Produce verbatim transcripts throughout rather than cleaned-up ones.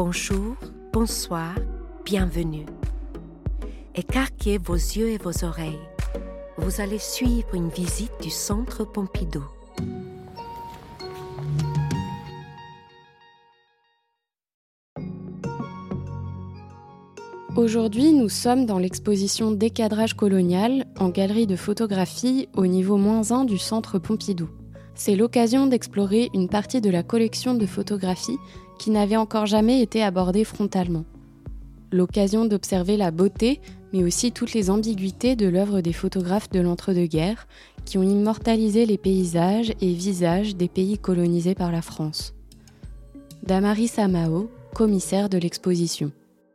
Bonjour, bonsoir, bienvenue. Écarquez vos yeux et vos oreilles. Vous allez suivre une visite du Centre Pompidou. Aujourd'hui, nous sommes dans l'exposition Décadrage colonial en galerie de photographie au niveau moins un du Centre Pompidou. C'est l'occasion d'explorer une partie de la collection de photographies qui n'avait encore jamais été abordée frontalement. L'occasion d'observer la beauté, mais aussi toutes les ambiguïtés de l'œuvre des photographes de l'entre-deux-guerres qui ont immortalisé les paysages et visages des pays colonisés par la France. Damaris Amao, commissaire de l'exposition.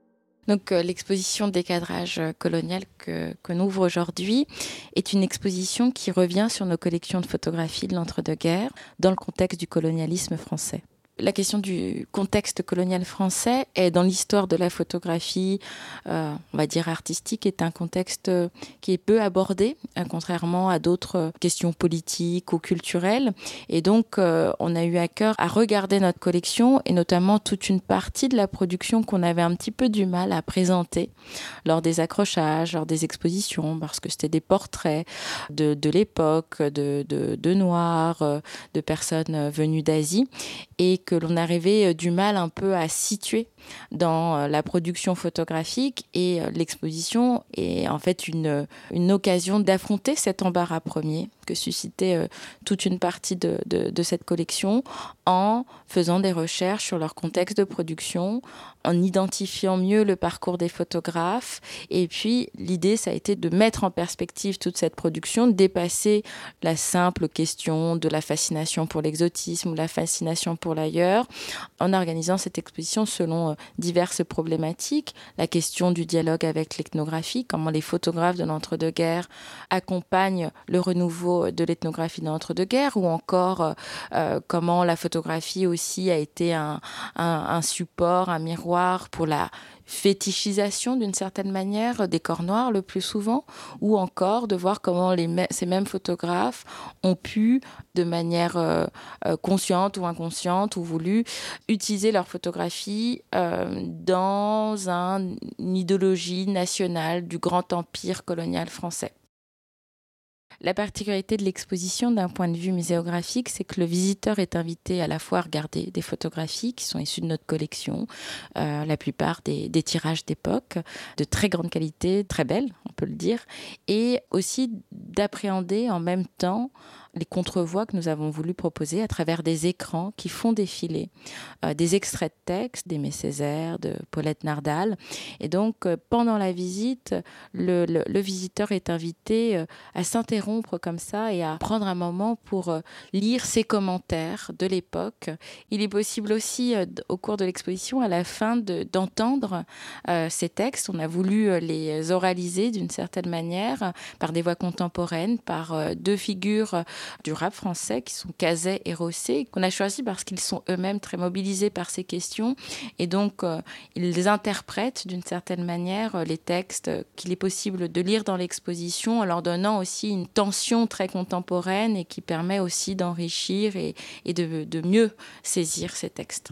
Donc euh, l'exposition Décadrage colonial que, que nous ouvre aujourd'hui est une exposition qui revient sur nos collections de photographies de l'entre-deux-guerres dans le contexte du colonialisme français. La question du contexte colonial français est dans l'histoire de la photographie, euh, on va dire artistique, est un contexte qui est peu abordé, hein, contrairement à d'autres questions politiques ou culturelles. Et donc, euh, on a eu à cœur à regarder notre collection et notamment toute une partie de la production qu'on avait un petit peu du mal à présenter lors des accrochages, lors des expositions, parce que c'était des portraits de, de l'époque, de, de, de Noirs, de personnes venues d'Asie, et que l'on arrivait du mal un peu à situer dans la production photographique, et l'exposition est en fait une, une occasion d'affronter cet embarras premier que suscitait toute une partie de, de, de cette collection en faisant des recherches sur leur contexte de production, en identifiant mieux le parcours des photographes. Et puis l'idée, ça a été de mettre en perspective toute cette production, de dépasser la simple question de la fascination pour l'exotisme ou la fascination pour l'ailleurs, en organisant cette exposition selon diverses problématiques. La question du dialogue avec l'ethnographie, comment les photographes de l'entre-deux-guerres accompagnent le renouveau de l'ethnographie de l'entre-deux-guerres, ou encore euh, comment la photographie aussi a été un, un, un support, un miroir pour la fétichisation d'une certaine manière des corps noirs le plus souvent, ou encore de voir comment les, ces mêmes photographes ont pu, de manière euh, euh, consciente ou inconsciente ou voulue, utiliser leur photographie euh, dans un, une idéologie nationale du grand empire colonial français. La particularité de l'exposition d'un point de vue muséographique, c'est que le visiteur est invité à la fois à regarder des photographies qui sont issues de notre collection, euh, la plupart des, des tirages d'époque, de très grande qualité, très belles, on peut le dire, et aussi d'appréhender en même temps les contrevoix que nous avons voulu proposer à travers des écrans qui font défiler euh, des extraits de textes d'Aimé Césaire, de Paulette Nardal. Et donc, euh, pendant la visite, le, le, le visiteur est invité euh, à s'interrompre comme ça et à prendre un moment pour euh, lire ses commentaires de l'époque. Il est possible aussi, euh, au cours de l'exposition, à la fin, de, d'entendre euh, ces textes. On a voulu euh, les oraliser d'une certaine manière, par des voix contemporaines, par euh, deux figures du rap français qui sont Cazet et Rosset, qu'on a choisi parce qu'ils sont eux-mêmes très mobilisés par ces questions, et donc euh, ils interprètent d'une certaine manière euh, les textes qu'il est possible de lire dans l'exposition, en leur donnant aussi une tension très contemporaine et qui permet aussi d'enrichir et, et de, de mieux saisir ces textes.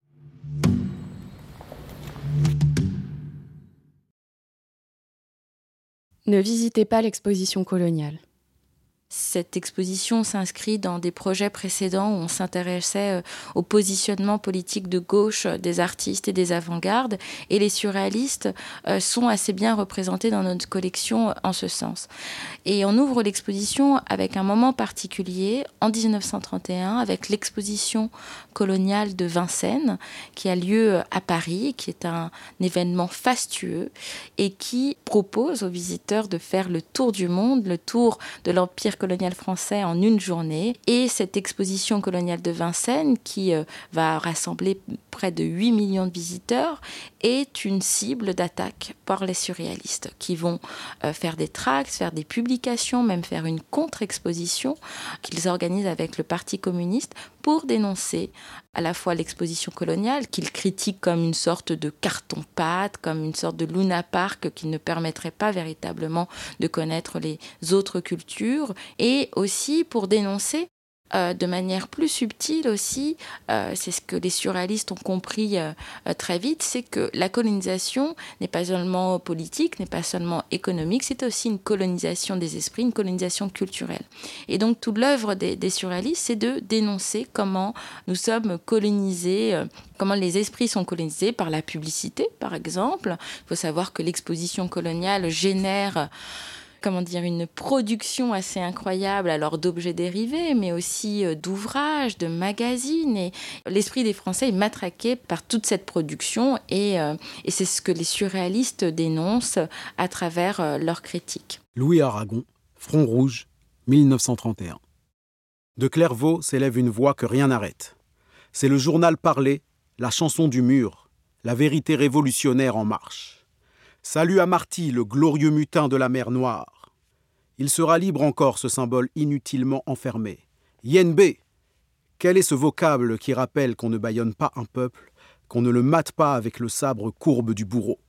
Ne visitez pas l'exposition coloniale. Cette exposition s'inscrit dans des projets précédents où on s'intéressait au positionnement politique de gauche des artistes et des avant-gardes, et les surréalistes sont assez bien représentés dans notre collection en ce sens. Et on ouvre l'exposition avec un moment particulier, en dix-neuf cent trente et un, avec l'exposition coloniale de Vincennes, qui a lieu à Paris, qui est un événement fastueux et qui propose aux visiteurs de faire le tour du monde, le tour de l'Empire colonial français en une journée. Et cette exposition coloniale de Vincennes, qui euh, va rassembler près de huit millions de visiteurs, est une cible d'attaque par les surréalistes, qui vont euh, faire des tracts, faire des publications, même faire une contre-exposition qu'ils organisent avec le Parti communiste pour dénoncer à la fois l'exposition coloniale, qu'ils critiquent comme une sorte de carton-pâte, comme une sorte de Luna Park qui ne permettrait pas véritablement de connaître les autres cultures, et aussi pour dénoncer Euh, de manière plus subtile aussi, euh, c'est ce que les surréalistes ont compris euh, euh, très vite, c'est que la colonisation n'est pas seulement politique, n'est pas seulement économique, c'est aussi une colonisation des esprits, une colonisation culturelle. Et donc toute l'œuvre des, des surréalistes, c'est de dénoncer comment nous sommes colonisés, euh, comment les esprits sont colonisés par la publicité, par exemple. Il faut savoir que l'exposition coloniale génère comment dire, une production assez incroyable, alors d'objets dérivés, mais aussi d'ouvrages, de magazines. Et l'esprit des Français est matraqué par toute cette production et, euh, et c'est ce que les surréalistes dénoncent à travers euh, leurs critiques. Louis Aragon, Front Rouge, mille neuf cent trente et un. De Clairvaux s'élève une voix que rien n'arrête. C'est le journal parlé, la chanson du mur, la vérité révolutionnaire en marche. Salut à Marty, le glorieux mutin de la mer Noire. Il sera libre encore, ce symbole inutilement enfermé. Yenbe, quel est ce vocable qui rappelle qu'on ne bâillonne pas un peuple, qu'on ne le mate pas avec le sabre courbe du bourreau.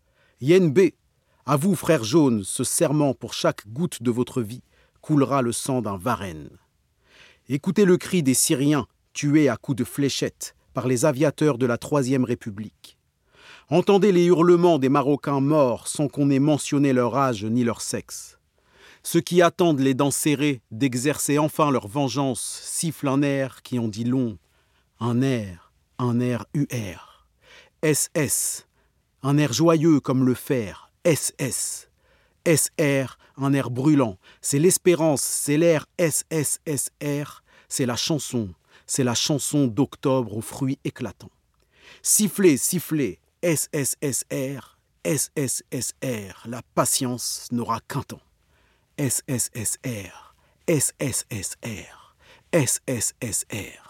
Yenbe, à vous, frère jaune, ce serment pour chaque goutte de votre vie coulera le sang d'un Varenne. Écoutez le cri des Syriens tués à coups de fléchettes par les aviateurs de la Troisième République. Entendez les hurlements des Marocains morts sans qu'on ait mentionné leur âge ni leur sexe. Ceux qui attendent les dents serrées d'exercer enfin leur vengeance sifflent un air qui en dit long. Un air, un air U R. S S, un air joyeux comme le fer. S S. S R, un air brûlant. C'est l'espérance, c'est l'air S S S R. C'est la chanson, c'est la chanson d'octobre aux fruits éclatants. Sifflez, sifflez. S S S R, S S S R, la patience n'aura qu'un temps. S S S R, S S S R, S S S R.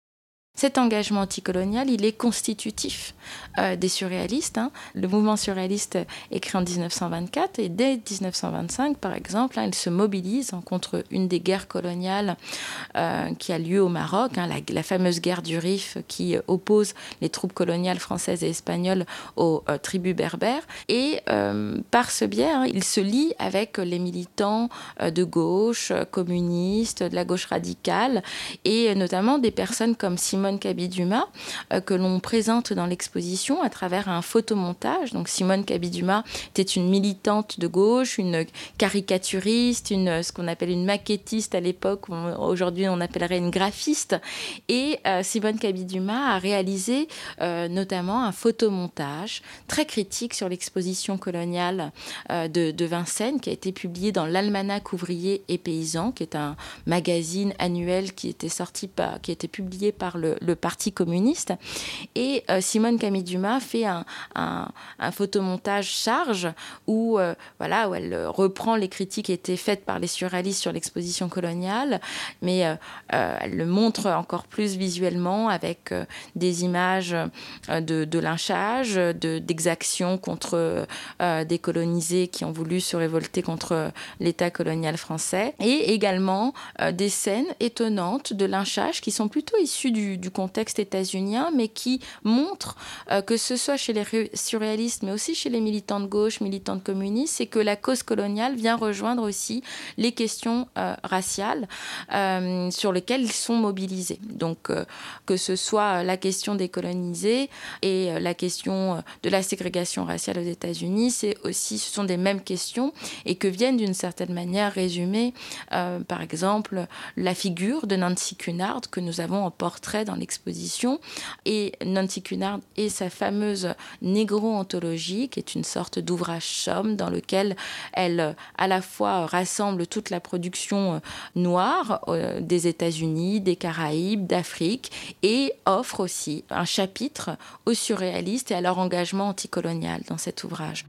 Cet engagement anticolonial, il est constitutif euh, des surréalistes. Hein. Le mouvement surréaliste est créé en dix-neuf cent vingt-quatre et dès dix-neuf cent vingt-cinq, par exemple, hein, il se mobilise contre une des guerres coloniales euh, qui a lieu au Maroc, hein, la, la fameuse guerre du Rif qui oppose les troupes coloniales françaises et espagnoles aux euh, tribus berbères. Et euh, par ce biais, hein, il se lie avec les militants euh, de gauche, euh, communistes, de la gauche radicale, et notamment des personnes comme Simone Simone Kaby-Dumas, euh, que l'on présente dans l'exposition à travers un photomontage. Donc Simone Kaby-Dumas était une militante de gauche, une caricaturiste, une, ce qu'on appelle une maquettiste à l'époque, aujourd'hui on appellerait une graphiste. Et euh, Simone Kaby-Dumas a réalisé euh, notamment un photomontage très critique sur l'exposition coloniale euh, de, de Vincennes, qui a été publié dans l'Almanach ouvrier et paysan, qui est un magazine annuel qui était sorti par, qui était publié par le le Parti communiste. Et euh, Simone Kaby-Dumas fait un, un, un photomontage charge où, euh, voilà, où elle reprend les critiques qui étaient faites par les surréalistes sur l'exposition coloniale, mais euh, euh, elle le montre encore plus visuellement avec euh, des images euh, de, de lynchage, de, d'exactions contre euh, des colonisés qui ont voulu se révolter contre l'État colonial français, et également euh, des scènes étonnantes de lynchage qui sont plutôt issues du du contexte états-unien, mais qui montre euh, que ce soit chez les surréalistes, mais aussi chez les militants de gauche, militants communistes, c'est que la cause coloniale vient rejoindre aussi les questions euh, raciales euh, sur lesquelles ils sont mobilisés. Donc, euh, que ce soit la question des colonisés et euh, la question de la ségrégation raciale aux États-Unis, c'est aussi, ce sont des mêmes questions et que viennent d'une certaine manière résumer, euh, par exemple, la figure de Nancy Cunard que nous avons en portrait dans l'exposition, et Nancy Cunard et sa fameuse négro-anthologie, qui est une sorte d'ouvrage somme dans lequel elle à la fois rassemble toute la production noire euh, des États-Unis, des Caraïbes, d'Afrique, et offre aussi un chapitre aux surréalistes et à leur engagement anticolonial dans cet ouvrage.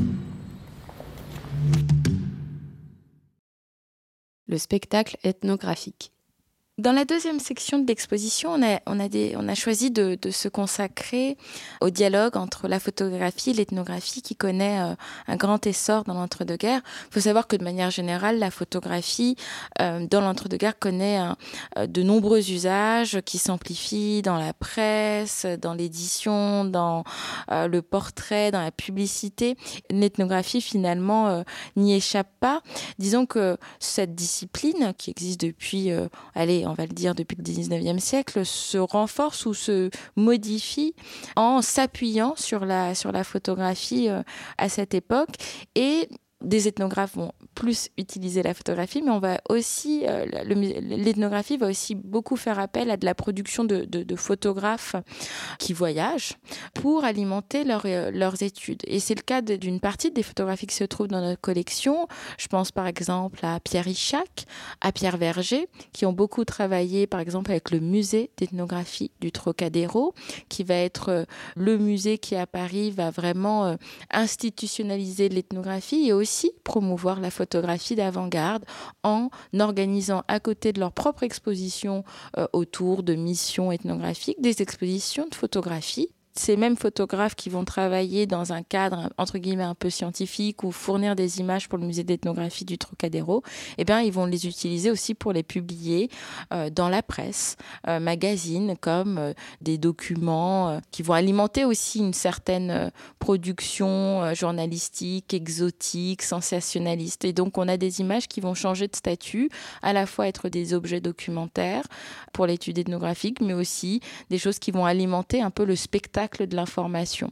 Le spectacle ethnographique. Dans la deuxième section de l'exposition, on a, on a, des, on a choisi de, de se consacrer au dialogue entre la photographie et l'ethnographie qui connaît euh, un grand essor dans l'entre-deux-guerres. Il faut savoir que de manière générale, la photographie euh, dans l'entre-deux-guerres connaît un, euh, de nombreux usages qui s'amplifient dans la presse, dans l'édition, dans euh, le portrait, dans la publicité. L'ethnographie, finalement, euh, n'y échappe pas. Disons que cette discipline qui existe depuis, euh, allez, on va le dire depuis le dix-neuvième siècle, se renforce ou se modifie en s'appuyant sur la, sur la photographie euh, à cette époque. Et des ethnographes vont plus utiliser la photographie, mais on va aussi, euh, le, l'ethnographie va aussi beaucoup faire appel à de la production de, de, de photographes qui voyagent pour alimenter leur, euh, leurs études. Et c'est le cas de, d'une partie des photographies qui se trouvent dans notre collection. Je pense par exemple à Pierre Ichac, à Pierre Verger, qui ont beaucoup travaillé par exemple avec le musée d'ethnographie du Trocadéro, qui va être euh, le musée qui à Paris va vraiment euh, institutionnaliser l'ethnographie et aussi aussi promouvoir la photographie d'avant-garde en organisant à côté de leur propre exposition euh, autour de missions ethnographiques, des expositions de photographie. Ces mêmes photographes qui vont travailler dans un cadre entre guillemets un peu scientifique ou fournir des images pour le musée d'ethnographie du Trocadéro, eh bien ils vont les utiliser aussi pour les publier euh, dans la presse, euh, magazines comme euh, des documents euh, qui vont alimenter aussi une certaine euh, production euh, journalistique, exotique, sensationnaliste. Et donc on a des images qui vont changer de statut, à la fois être des objets documentaires pour l'étude ethnographique, mais aussi des choses qui vont alimenter un peu le spectacle de l'information.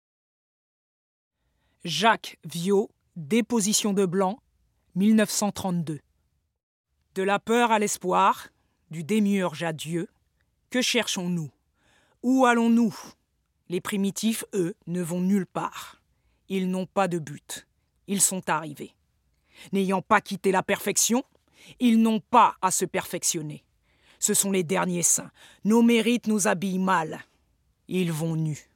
Jacques Viaud, Déposition de blanc, dix-neuf cent trente-deux. De la peur à l'espoir, du démiurge à Dieu, que cherchons-nous ? Où allons-nous ? Les primitifs, eux, ne vont nulle part. Ils n'ont pas de but. Ils sont arrivés. N'ayant pas quitté la perfection, ils n'ont pas à se perfectionner. Ce sont les derniers saints. Nos mérites nous habillent mal. Ils vont nus.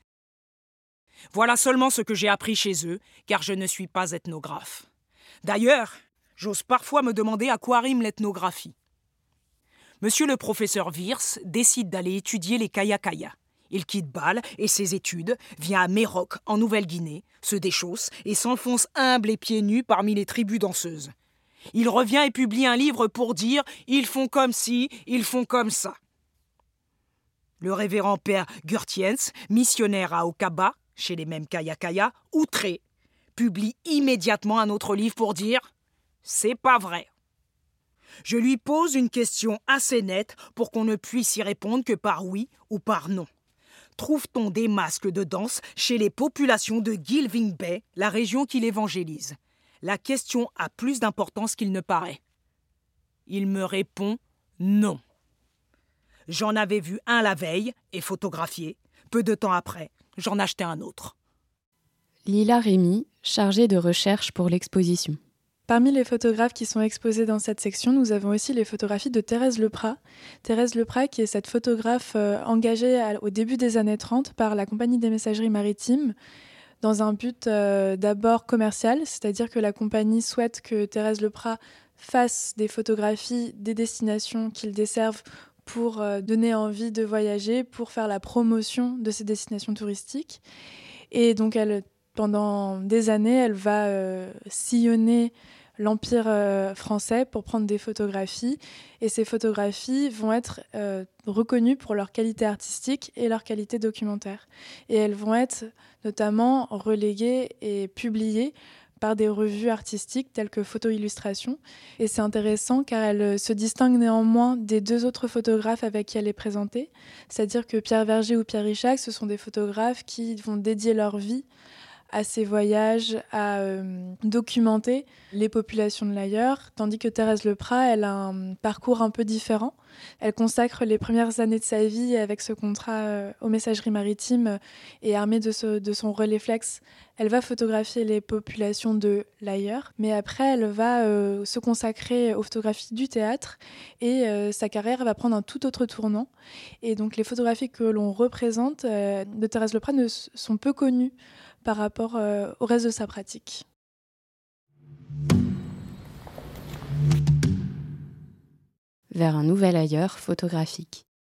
Voilà seulement ce que j'ai appris chez eux, car je ne suis pas ethnographe. D'ailleurs, j'ose parfois me demander à quoi rime l'ethnographie. Monsieur le professeur Wirs décide d'aller étudier les Kaya-Kaya. Il quitte Bâle et ses études, vient à Méroc, en Nouvelle-Guinée, se déchausse et s'enfonce humble et pieds nus parmi les tribus danseuses. Il revient et publie un livre pour dire « Ils font comme ci, ils font comme ça ». Le révérend père Gurtiens, missionnaire à Okaba, chez les mêmes Kaya-Kaya, outré, publie immédiatement un autre livre pour dire « C'est pas vrai ». Je lui pose une question assez nette pour qu'on ne puisse y répondre que par oui ou par non. Trouve-t-on des masques de danse chez les populations de Gilving Bay, la région qu'il évangélise ? La question a plus d'importance qu'il ne paraît. Il me répond non. J'en avais vu un la veille et photographié. Peu de temps après, j'en achetais un autre. Lila Rémy, chargée de recherche pour l'exposition. Parmi les photographes qui sont exposés dans cette section, nous avons aussi les photographies de Thérèse Leprat. Thérèse Leprat, qui est cette photographe euh, engagée à, au début des années trente par la Compagnie des Messageries Maritimes, dans un but euh, d'abord commercial, c'est-à-dire que la compagnie souhaite que Thérèse Leprat fasse des photographies des destinations qu'il desservent pour euh, donner envie de voyager, pour faire la promotion de ces destinations touristiques. Et donc, elle, pendant des années, elle va euh, sillonner l'Empire euh, français pour prendre des photographies. Et ces photographies vont être euh, reconnues pour leur qualité artistique et leur qualité documentaire. Et elles vont être notamment reléguées et publiées par des revues artistiques telles que Photo Illustration. Et c'est intéressant car elle se distingue néanmoins des deux autres photographes avec qui elle est présentée. C'est-à-dire que Pierre Verger ou Pierre Ichac, ce sont des photographes qui vont dédier leur vie à ces voyages, à euh, documenter les populations de l'ailleurs, tandis que Thérèse Leprat, elle a un parcours un peu différent. Elle consacre les premières années de sa vie avec ce contrat euh, aux messageries maritimes euh, et armée de, ce, de son relais flex. Elle va photographier les populations de l'ailleurs, mais après, elle va euh, se consacrer aux photographies du théâtre et euh, sa carrière va prendre un tout autre tournant. Et donc, les photographies que l'on représente euh, de Thérèse Leprat ne, sont peu connues par rapport euh, au reste de sa pratique. Vers un nouvel ailleurs photographique.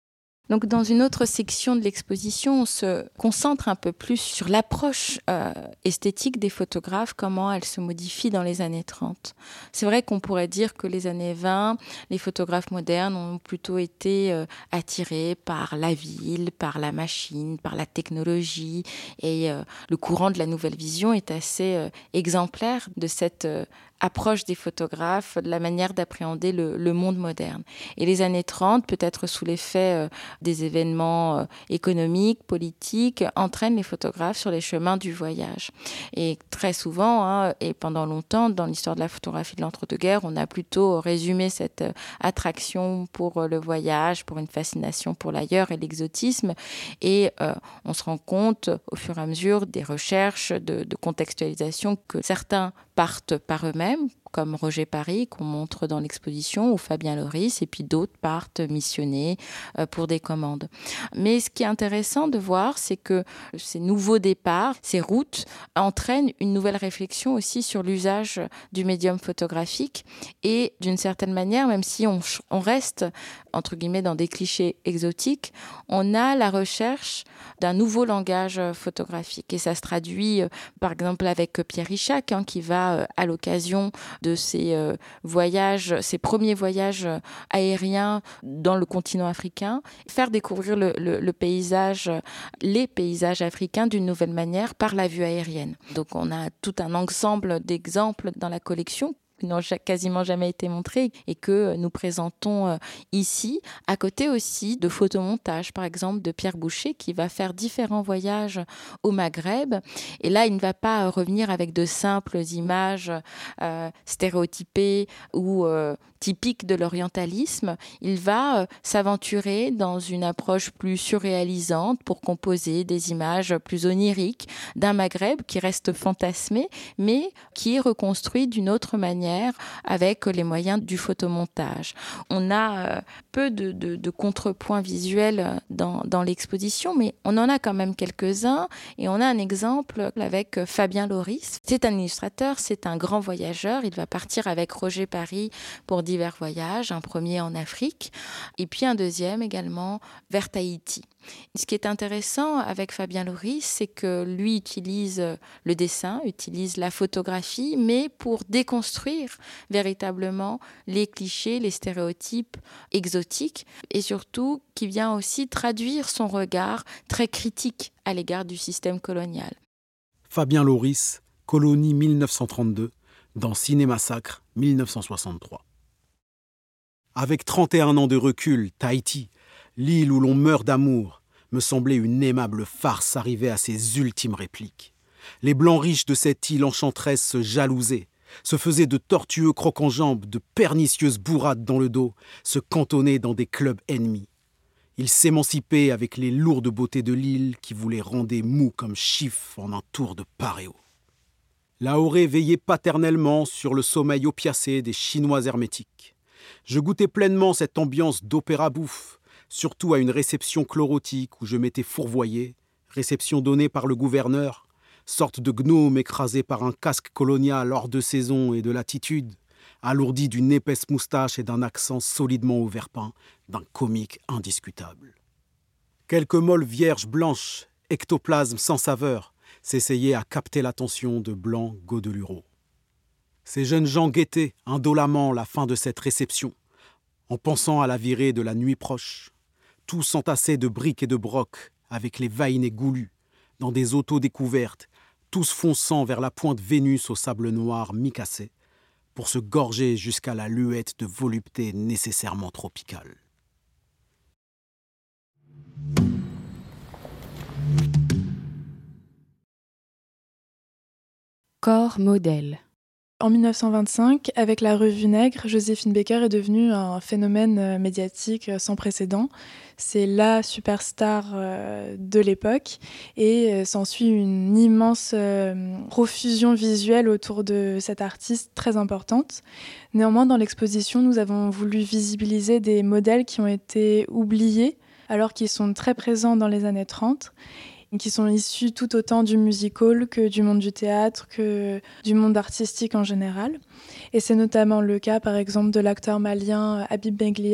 Donc, dans une autre section de l'exposition, on se concentre un peu plus sur l'approche euh, esthétique des photographes, comment elle se modifie dans les années trente. C'est vrai qu'on pourrait dire que les années vingt, les photographes modernes ont plutôt été euh, attirés par la ville, par la machine, par la technologie, et euh, le courant de la nouvelle vision est assez euh, exemplaire de cette euh, approche des photographes, de la manière d'appréhender le, le monde moderne. Et les années trente, peut-être sous l'effet euh, des événements euh, économiques, politiques, entraînent les photographes sur les chemins du voyage. Et très souvent, hein, et pendant longtemps, dans l'histoire de la photographie de l'entre-deux-guerres, on a plutôt résumé cette euh, attraction pour euh, le voyage, pour une fascination pour l'ailleurs et l'exotisme. Et euh, on se rend compte, au fur et à mesure des recherches de, de contextualisation, que certains partent par eux-mêmes, comme Roger Paris, qu'on montre dans l'exposition, ou Fabien Loris, et puis d'autres partent missionner euh, pour des commandes. Mais ce qui est intéressant de voir, c'est que ces nouveaux départs, ces routes, entraînent une nouvelle réflexion aussi sur l'usage du médium photographique. Et d'une certaine manière, même si on, on reste, entre guillemets, dans des clichés exotiques, on a la recherche d'un nouveau langage photographique. Et ça se traduit, euh, par exemple, avec Pierre Richac, hein, qui va, euh, à l'occasion de ses euh, voyages, ses premiers voyages euh, aériens dans le continent africain, faire découvrir le, le, le paysage, les paysages africains d'une nouvelle manière par la vue aérienne. Donc on a tout un ensemble d'exemples dans la collection qui n'ont quasiment jamais été montrés et que nous présentons ici, à côté aussi de photomontages, par exemple de Pierre Boucher, qui va faire différents voyages au Maghreb. Et là, il ne va pas revenir avec de simples images euh, stéréotypées ou euh, typiques de l'orientalisme. Il va euh, s'aventurer dans une approche plus surréalisante pour composer des images plus oniriques d'un Maghreb qui reste fantasmé, mais qui est reconstruit d'une autre manière avec les moyens du photomontage. On a euh, peu de, de, de contrepoints visuels dans, dans l'exposition, mais on en a quand même quelques-uns et on a un exemple avec Fabien Loris. C'est un illustrateur, c'est un grand voyageur. Il va partir avec Roger Paris pour divers voyages, un premier en Afrique et puis un deuxième également vers Tahiti. Ce qui est intéressant avec Fabien Loris, c'est que lui utilise le dessin, utilise la photographie, mais pour déconstruire véritablement les clichés, les stéréotypes exotiques, et surtout qui vient aussi traduire son regard très critique à l'égard du système colonial. Fabien Loris, Colonie mille neuf cent trente-deux, dans Ciné-Massacre mille neuf cent soixante-trois. Avec trente et un ans de recul, Tahiti, l'île où l'on meurt d'amour, me semblait une aimable farce arrivée à ses ultimes répliques. Les blancs riches de cette île enchanteresse se jalousaient, se faisaient de tortueux crocs-en-jambes, de pernicieuses bourrades dans le dos, se cantonnaient dans des clubs ennemis. Ils s'émancipaient avec les lourdes beautés de l'île qui vous les rendaient mous comme chiffres en un tour de paréo. Lahoré veillait paternellement sur le sommeil opiacé des Chinois hermétiques. Je goûtais pleinement cette ambiance d'opéra-bouffe, surtout à une réception chlorotique où je m'étais fourvoyé, réception donnée par le gouverneur, sorte de gnome écrasé par un casque colonial hors de saison et de latitude, alourdi d'une épaisse moustache et d'un accent solidement ouvert-peint, d'un comique indiscutable. Quelques molles vierges blanches, ectoplasmes sans saveur, s'essayaient à capter l'attention de blancs godelureaux. Ces jeunes gens guettaient indolemment la fin de cette réception, en pensant à la virée de la nuit proche, tous entassés de briques et de brocs, avec les vainés goulus, dans des autos découvertes, tous fonçant vers la pointe Vénus au sable noir mi-cassé, pour se gorger jusqu'à la luette de volupté nécessairement tropicale. Corps modèle. En mille neuf cent vingt-cinq, avec la revue Nègre, Joséphine Baker est devenue un phénomène médiatique sans précédent. C'est la superstar de l'époque et s'ensuit une immense profusion visuelle autour de cette artiste très importante. Néanmoins, dans l'exposition, nous avons voulu visibiliser des modèles qui ont été oubliés alors qu'ils sont très présents dans les années trente. Qui sont issus tout autant du music-hall que du monde du théâtre, que du monde artistique en général. Et c'est notamment le cas, par exemple, de l'acteur malien Habib Benglia,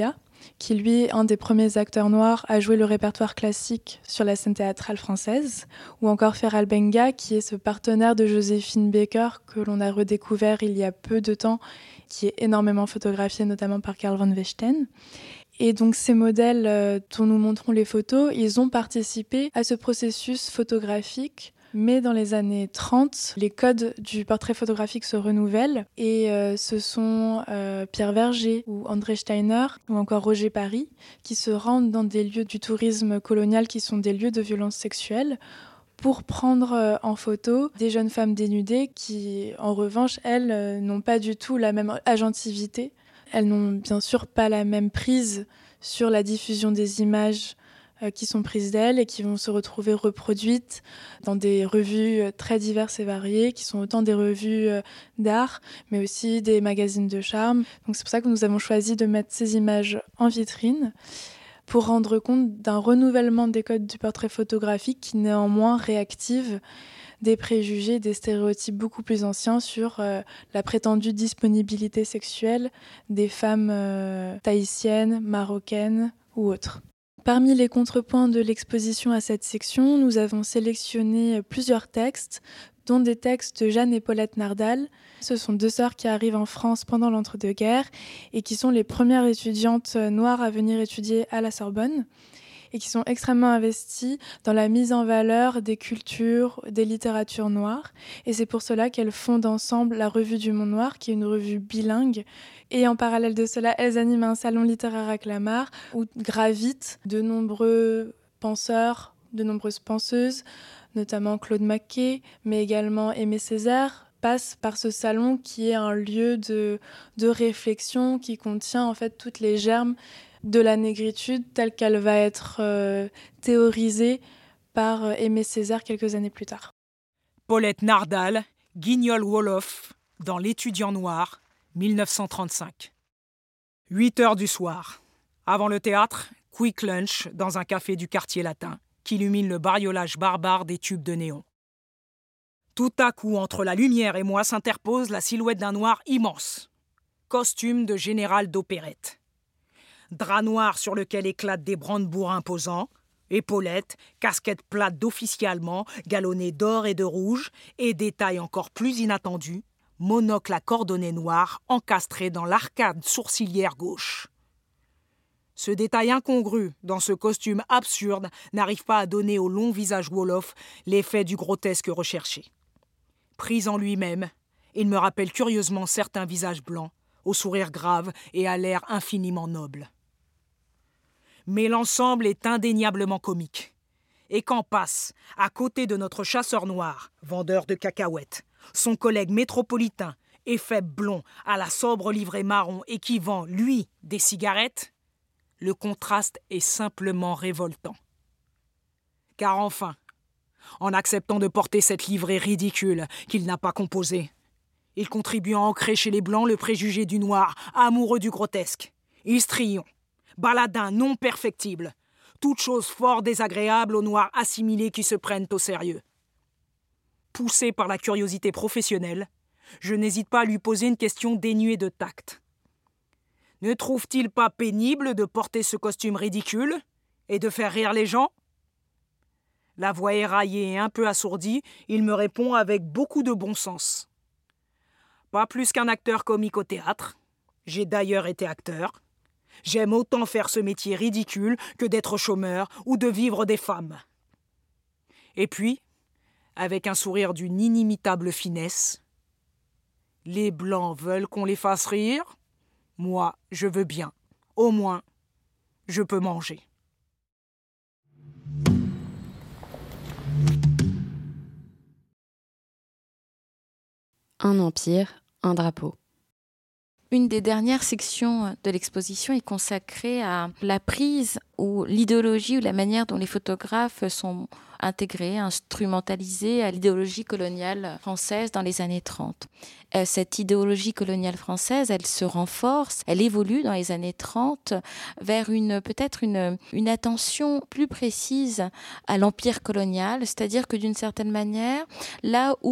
qui lui est un des premiers acteurs noirs à jouer le répertoire classique sur la scène théâtrale française, ou encore Feral Benga, qui est ce partenaire de Joséphine Baker que l'on a redécouvert il y a peu de temps, qui est énormément photographié notamment par Carl van Vechten. Et donc ces modèles euh, dont nous montrons les photos, ils ont participé à ce processus photographique. Mais dans les années trente, les codes du portrait photographique se renouvellent et euh, ce sont euh, Pierre Verger ou André Steiner ou encore Roger Paris qui se rendent dans des lieux du tourisme colonial qui sont des lieux de violence sexuelle pour prendre euh, en photo des jeunes femmes dénudées qui, en revanche, elles, euh, n'ont pas du tout la même agentivité. Elles n'ont bien sûr pas la même prise sur la diffusion des images euh, qui sont prises d'elles et qui vont se retrouver reproduites dans des revues euh, très diverses et variées, qui sont autant des revues euh, d'art, mais aussi des magazines de charme. Donc c'est pour ça que nous avons choisi de mettre ces images en vitrine pour rendre compte d'un renouvellement des codes du portrait photographique qui néanmoins réactive des préjugés, des stéréotypes beaucoup plus anciens sur euh, la prétendue disponibilité sexuelle des femmes euh, tahitiennes, marocaines ou autres. Parmi les contrepoints de l'exposition à cette section, nous avons sélectionné plusieurs textes, dont des textes de Jeanne et Paulette Nardal. Ce sont deux sœurs qui arrivent en France pendant l'entre-deux-guerres et qui sont les premières étudiantes noires à venir étudier à la Sorbonne et qui sont extrêmement investies dans la mise en valeur des cultures, des littératures noires. Et c'est pour cela qu'elles fondent ensemble la Revue du Monde Noir, qui est une revue bilingue. Et en parallèle de cela, elles animent un salon littéraire à Clamart où gravitent de nombreux penseurs, de nombreuses penseuses, notamment Claude Maquet, mais également Aimé Césaire, passe par ce salon qui est un lieu de, de réflexion qui contient en fait toutes les germes de la négritude telle qu'elle va être euh, théorisée par euh, Aimé Césaire quelques années plus tard. Paulette Nardal, Guignol Wolof, dans L'étudiant noir, dix-neuf cent trente-cinq. huit heures du soir. Avant le théâtre, quick lunch dans un café du quartier latin qui illumine le bariolage barbare des tubes de néon. Tout à coup, entre la lumière et moi s'interpose la silhouette d'un noir immense. Costume de général d'opérette. Drap noir sur lequel éclatent des brandebourgs imposants, épaulettes, casquette plate d'officier allemand, galonnée d'or et de rouge, et détail encore plus inattendu, monocle à cordonnet noir encastré dans l'arcade sourcilière gauche. Ce détail incongru dans ce costume absurde n'arrive pas à donner au long visage Wolof l'effet du grotesque recherché. Pris en lui-même, il me rappelle curieusement certains visages blancs, au sourire grave et à l'air infiniment noble. Mais l'ensemble est indéniablement comique. Et quand passe, à côté de notre chasseur noir, vendeur de cacahuètes, son collègue métropolitain, effet blond, à la sobre livrée marron et qui vend, lui, des cigarettes, le contraste est simplement révoltant. Car enfin, en acceptant de porter cette livrée ridicule qu'il n'a pas composée, il contribue à ancrer chez les Blancs le préjugé du noir, amoureux du grotesque. Histrion, baladin non perfectible, toute chose fort désagréable aux noirs assimilés qui se prennent au sérieux. Poussé par la curiosité professionnelle, je n'hésite pas à lui poser une question dénuée de tact. Ne trouve-t-il pas pénible de porter ce costume ridicule et de faire rire les gens ? La voix éraillée et un peu assourdie, il me répond avec beaucoup de bon sens. Pas plus qu'un acteur comique au théâtre. J'ai d'ailleurs été acteur. J'aime autant faire ce métier ridicule que d'être chômeur ou de vivre des femmes. Et puis, avec un sourire d'une inimitable finesse, les Blancs veulent qu'on les fasse rire ? Moi, je veux bien. Au moins, je peux manger. Un empire, un drapeau. Une des dernières sections de l'exposition est consacrée à la prise ou l'idéologie ou la manière dont les photographes sont intégrés, instrumentalisés à l'idéologie coloniale française dans les années trente. Euh, cette idéologie coloniale française, elle se renforce, elle évolue dans les années trente vers une, peut-être une, une attention plus précise à l'empire colonial, c'est-à-dire que d'une certaine manière, là où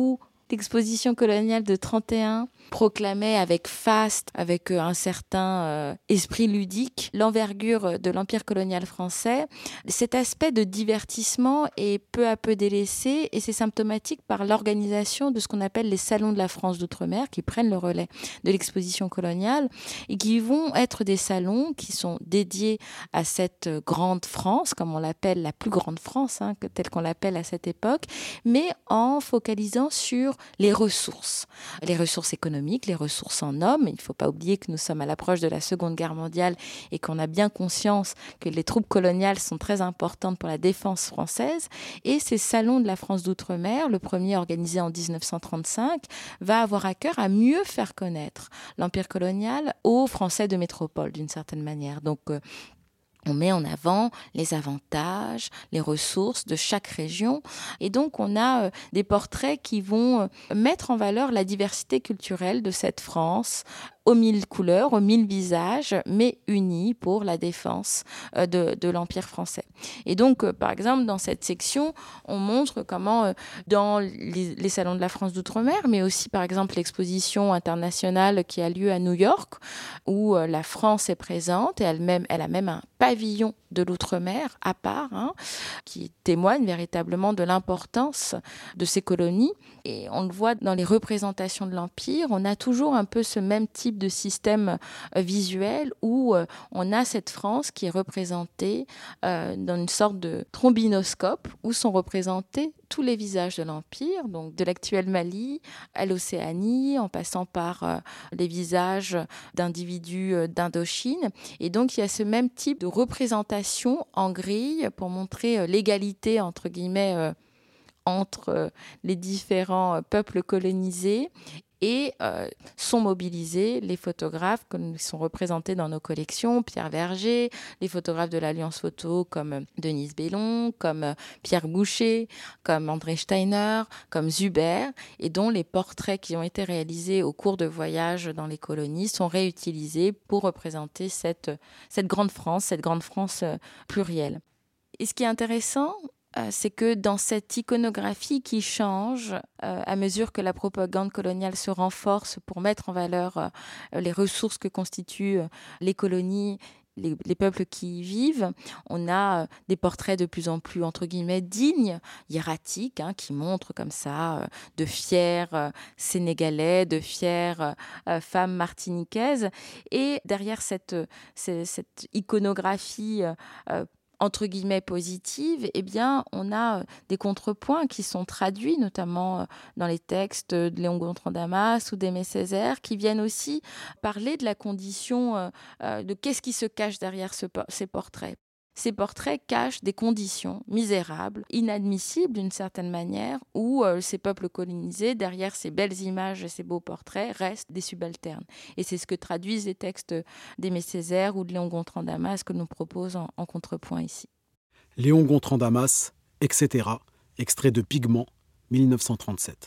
L'exposition coloniale de trente et un proclamait avec faste, avec un certain euh, esprit ludique, l'envergure de l'empire colonial français. Cet aspect de divertissement est peu à peu délaissé et c'est symptomatique par l'organisation de ce qu'on appelle les salons de la France d'outre-mer qui prennent le relais de l'exposition coloniale et qui vont être des salons qui sont dédiés à cette grande France, comme on l'appelle la plus grande France, hein, telle qu'on l'appelle à cette époque, mais en focalisant sur les ressources, les ressources économiques, les ressources en hommes. Il ne faut pas oublier que nous sommes à l'approche de la Seconde Guerre mondiale et qu'on a bien conscience que les troupes coloniales sont très importantes pour la défense française. Et ces salons de la France d'outre-mer, le premier organisé en dix-neuf cent trente-cinq, va avoir à cœur à mieux faire connaître l'empire colonial aux Français de métropole, d'une certaine manière. Donc, euh, on met en avant les avantages, les ressources de chaque région. Et donc, on a euh, des portraits qui vont euh, mettre en valeur la diversité culturelle de cette France, aux mille couleurs, aux mille visages, mais unis pour la défense euh, de, de l'Empire français. Et donc, euh, par exemple, dans cette section, on montre comment, euh, dans les, les salons de la France d'outre-mer, mais aussi, par exemple, l'exposition internationale qui a lieu à New York, où euh, la France est présente, et elle-même, elle a même un pavillon de l'outre-mer à part, hein, qui témoigne véritablement de l'importance de ces colonies. Et on le voit dans les représentations de l'Empire, on a toujours un peu ce même type de système euh, visuel où euh, on a cette France qui est représentée euh, dans une sorte de trombinoscope où sont représentés tous les visages de l'Empire, donc de l'actuel Mali à l'Océanie, en passant par euh, les visages d'individus euh, d'Indochine. Et donc, il y a ce même type de représentation en grille pour montrer euh, l'égalité, entre guillemets, euh, entre euh, les différents euh, peuples colonisés. Et euh, sont mobilisés les photographes qui sont représentés dans nos collections, Pierre Verger, les photographes de l'Alliance Photo comme Denise Bellon, comme Pierre Boucher, comme André Steiner, comme Zuber, et dont les portraits qui ont été réalisés au cours de voyages dans les colonies sont réutilisés pour représenter cette, cette grande France, cette grande France euh, plurielle. Et ce qui est intéressant, Euh, c'est que dans cette iconographie qui change euh, à mesure que la propagande coloniale se renforce pour mettre en valeur euh, les ressources que constituent euh, les colonies, les, les peuples qui y vivent, on a euh, des portraits de plus en plus, entre guillemets, dignes, hiératiques, hein, qui montrent comme ça euh, de fiers euh, Sénégalais, de fiers euh, femmes martiniquaises. Et derrière cette, cette, cette iconographie euh, entre guillemets positive, eh bien, on a des contrepoints qui sont traduits, notamment dans les textes de Léon Gontran Damas ou d'Aimé Césaire, qui viennent aussi parler de la condition, de qu'est-ce qui se cache derrière ce, ces portraits. Ces portraits cachent des conditions misérables, inadmissibles d'une certaine manière, où euh, ces peuples colonisés, derrière ces belles images et ces beaux portraits, restent des subalternes. Et c'est ce que traduisent les textes d'Aimé Césaire ou de Léon Gontran Damas que nous propose en, en contrepoint ici. Léon Gontran Damas, et cetera, extrait de Pigments, dix-neuf cent trente-sept.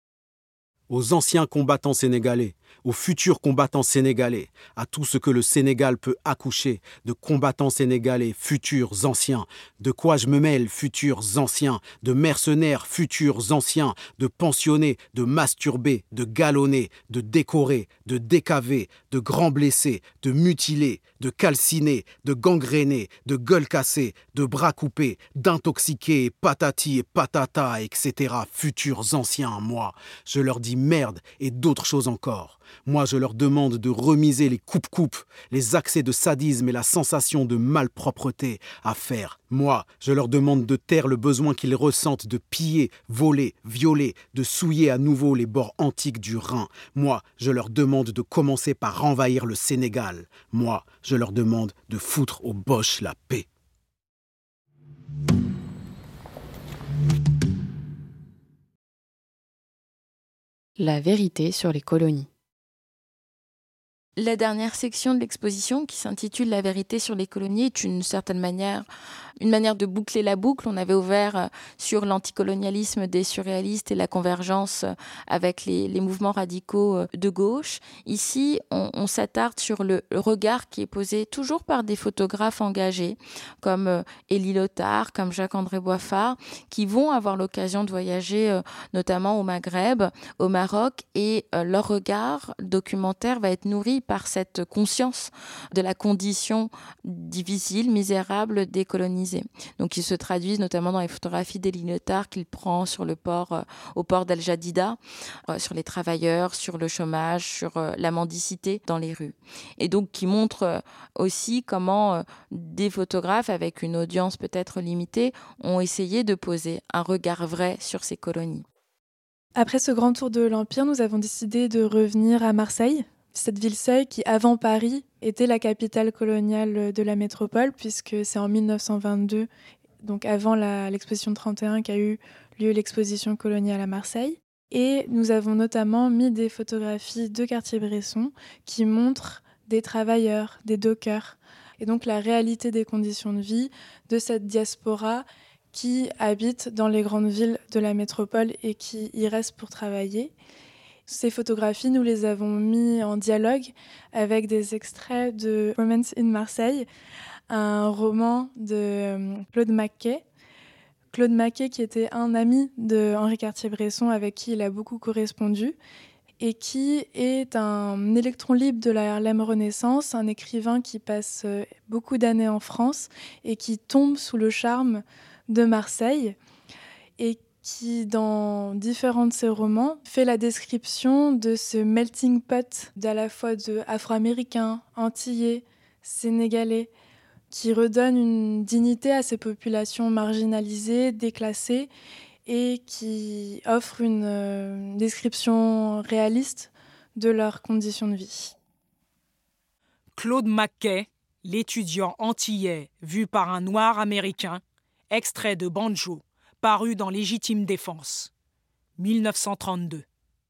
Aux anciens combattants sénégalais, aux futurs combattants sénégalais, à tout ce que le Sénégal peut accoucher de combattants sénégalais, futurs, anciens, de quoi je me mêle, futurs, anciens, de mercenaires, futurs, anciens, de pensionnés, de masturbés, de galonnés, de décorés, de décavés, de grands blessés, de mutilés, de calcinés, de gangrénés, de gueules cassées, de bras coupés, d'intoxiqués, patati et patata, et cetera, futurs anciens, moi, je leur dis merde et d'autres choses encore. Moi, je leur demande de remiser les coupes-coupes, les accès de sadisme et la sensation de malpropreté à faire. Moi, je leur demande de taire le besoin qu'ils ressentent de piller, voler, violer, de souiller à nouveau les bords antiques du Rhin. Moi, je leur demande de commencer par envahir le Sénégal. Moi, je leur demande de foutre aux Boches la paix. La vérité sur les colonies. La dernière section de l'exposition, qui s'intitule « La vérité sur les colonies », est une certaine manière, une manière de boucler la boucle. On avait ouvert sur l'anticolonialisme des surréalistes et la convergence avec les, les mouvements radicaux de gauche. Ici, on, on s'attarde sur le, le regard qui est posé toujours par des photographes engagés, comme Élie Lothar, comme Jacques-André Boiffard, qui vont avoir l'occasion de voyager notamment au Maghreb, au Maroc, et leur regard documentaire va être nourri par cette conscience de la condition difficile, misérable des colonisés. Donc, ils se traduisent notamment dans les photographies d'Élie Lothar qu'il prend sur le port, euh, au port d'Al Jadida, euh, sur les travailleurs, sur le chômage, sur euh, la mendicité dans les rues. Et donc, qui montre euh, aussi comment euh, des photographes, avec une audience peut-être limitée, ont essayé de poser un regard vrai sur ces colonies. Après ce grand tour de l'Empire, nous avons décidé de revenir à Marseille, cette ville-seuil qui, avant Paris, était la capitale coloniale de la métropole, puisque c'est en mille neuf cent vingt-deux, donc avant la, l'exposition trente et un, qu'a eu lieu l'exposition coloniale à Marseille. Et nous avons notamment mis des photographies de Cartier-Bresson qui montrent des travailleurs, des dockers, et donc la réalité des conditions de vie de cette diaspora qui habite dans les grandes villes de la métropole et qui y reste pour travailler. Ces photographies, nous les avons mis en dialogue avec des extraits de Romance in Marseille, un roman de Claude McKay. Claude McKay qui était un ami de Henri Cartier-Bresson avec qui il a beaucoup correspondu et qui est un électron libre de la Harlem Renaissance, un écrivain qui passe beaucoup d'années en France et qui tombe sous le charme de Marseille et qui, dans différents de ses romans, fait la description de ce melting pot d'à la fois de Afro-Américains, Antillais, Sénégalais, qui redonne une dignité à ces populations marginalisées, déclassées, et qui offre une euh, description réaliste de leurs conditions de vie. Claude McKay, l'étudiant antillais vu par un noir américain, extrait de Banjo, paru dans Légitime Défense, mille neuf cent trente-deux.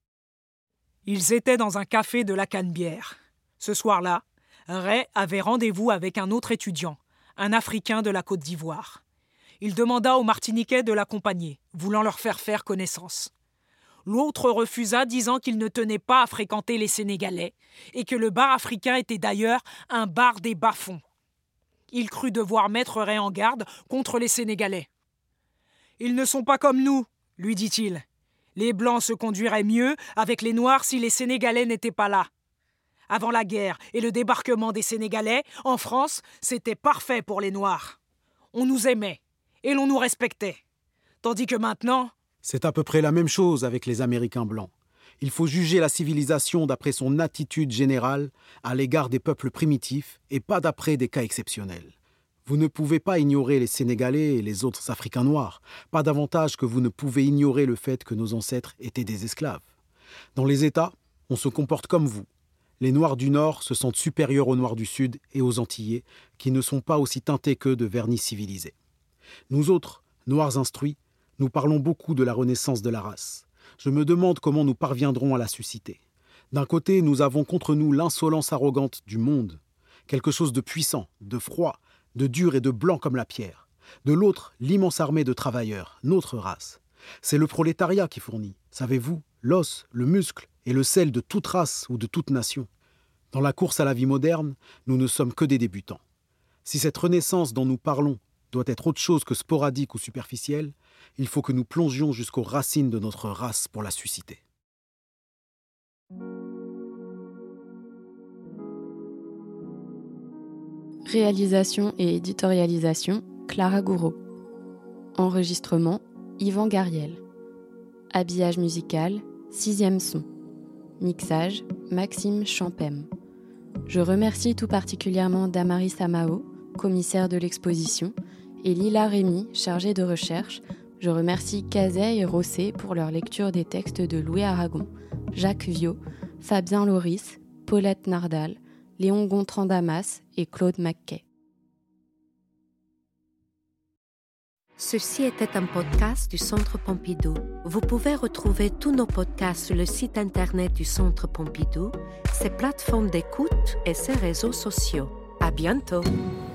Ils étaient dans un café de la Canebière. Ce soir-là, Ray avait rendez-vous avec un autre étudiant, un Africain de la Côte d'Ivoire. Il demanda aux Martiniquais de l'accompagner, voulant leur faire faire connaissance. L'autre refusa, disant qu'il ne tenait pas à fréquenter les Sénégalais et que le bar africain était d'ailleurs un bar des bas-fonds. Il crut devoir mettre Ray en garde contre les Sénégalais. « Ils ne sont pas comme nous, lui dit-il. Les Blancs se conduiraient mieux avec les Noirs si les Sénégalais n'étaient pas là. Avant la guerre et le débarquement des Sénégalais, en France, c'était parfait pour les Noirs. On nous aimait et l'on nous respectait. Tandis que maintenant... » C'est à peu près la même chose avec les Américains blancs. Il faut juger la civilisation d'après son attitude générale à l'égard des peuples primitifs et pas d'après des cas exceptionnels. Vous ne pouvez pas ignorer les Sénégalais et les autres Africains noirs, pas davantage que vous ne pouvez ignorer le fait que nos ancêtres étaient des esclaves. Dans les États, on se comporte comme vous. Les Noirs du Nord se sentent supérieurs aux Noirs du Sud et aux Antillais, qui ne sont pas aussi teintés qu'eux de vernis civilisé. Nous autres, Noirs instruits, nous parlons beaucoup de la renaissance de la race. Je me demande comment nous parviendrons à la susciter. D'un côté, nous avons contre nous l'insolence arrogante du monde, quelque chose de puissant, de froid, de dur et de blanc comme la pierre. De l'autre, l'immense armée de travailleurs, notre race. C'est le prolétariat qui fournit, savez-vous, l'os, le muscle et le sel de toute race ou de toute nation. Dans la course à la vie moderne, nous ne sommes que des débutants. Si cette renaissance dont nous parlons doit être autre chose que sporadique ou superficielle, il faut que nous plongions jusqu'aux racines de notre race pour la susciter. Réalisation et éditorialisation, Clara Gouraud. Enregistrement, Yvan Gariel. Habillage musical, Sixième Son. Mixage, Maxime Champem. Je remercie tout particulièrement Damaris Amao, commissaire de l'exposition, et Lila Rémy, chargée de recherche. Je remercie Cazet et Rosset pour leur lecture des textes de Louis Aragon, Jacques Viau, Fabien Loris, Paulette Nardal, Léon Gontran-Damas et Claude McKay. Ceci était un podcast du Centre Pompidou. Vous pouvez retrouver tous nos podcasts sur le site internet du Centre Pompidou, ses plateformes d'écoute et ses réseaux sociaux. À bientôt!